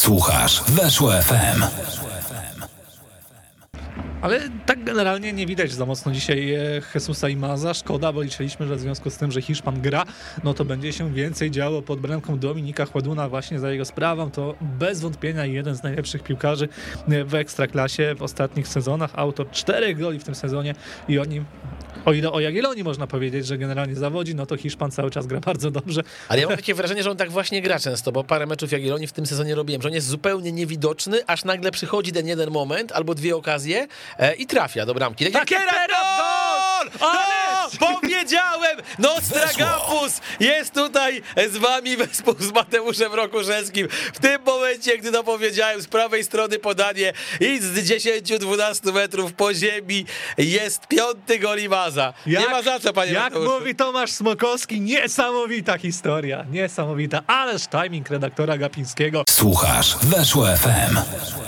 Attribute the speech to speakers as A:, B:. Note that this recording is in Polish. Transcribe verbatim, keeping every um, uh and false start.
A: Słuchasz Weszło F M.
B: Ale tak generalnie nie widać za mocno dzisiaj Jesusa Imaza. Szkoda, bo liczyliśmy, że w związku z tym, że Hiszpan gra, no to będzie się więcej działo pod bramką Dominika Chładuna właśnie za jego sprawą. To bez wątpienia jeden z najlepszych piłkarzy w Ekstraklasie w ostatnich sezonach. Autor czterech goli w tym sezonie i o nim, o ile o Jagiellonii można powiedzieć, że generalnie zawodzi, no to Hiszpan cały czas gra bardzo dobrze.
C: Ale ja mam takie wrażenie, że on tak właśnie gra często, bo parę meczów Jagiellonii w tym sezonie robiłem, że on jest zupełnie niewidoczny, aż nagle przychodzi ten jeden moment albo dwie okazje e, i trafia do bramki. Tak,
B: Takie
C: teraz gol!
B: Ależ!
C: No, powiedziałem! Nostragapus jest tutaj z wami wespół z Mateuszem Rokuszewskim. W tym momencie, gdy to powiedziałem, z prawej strony podanie i z dziesięć dwanaście metrów po ziemi jest piąty gol Imaza. Nie ma za co, panie
B: Jak
C: Mateuszu.
B: mówi Tomasz Smokowski, niesamowita historia, niesamowita, ależ timing redaktora Gapińskiego.
A: Słuchasz Weszło F M.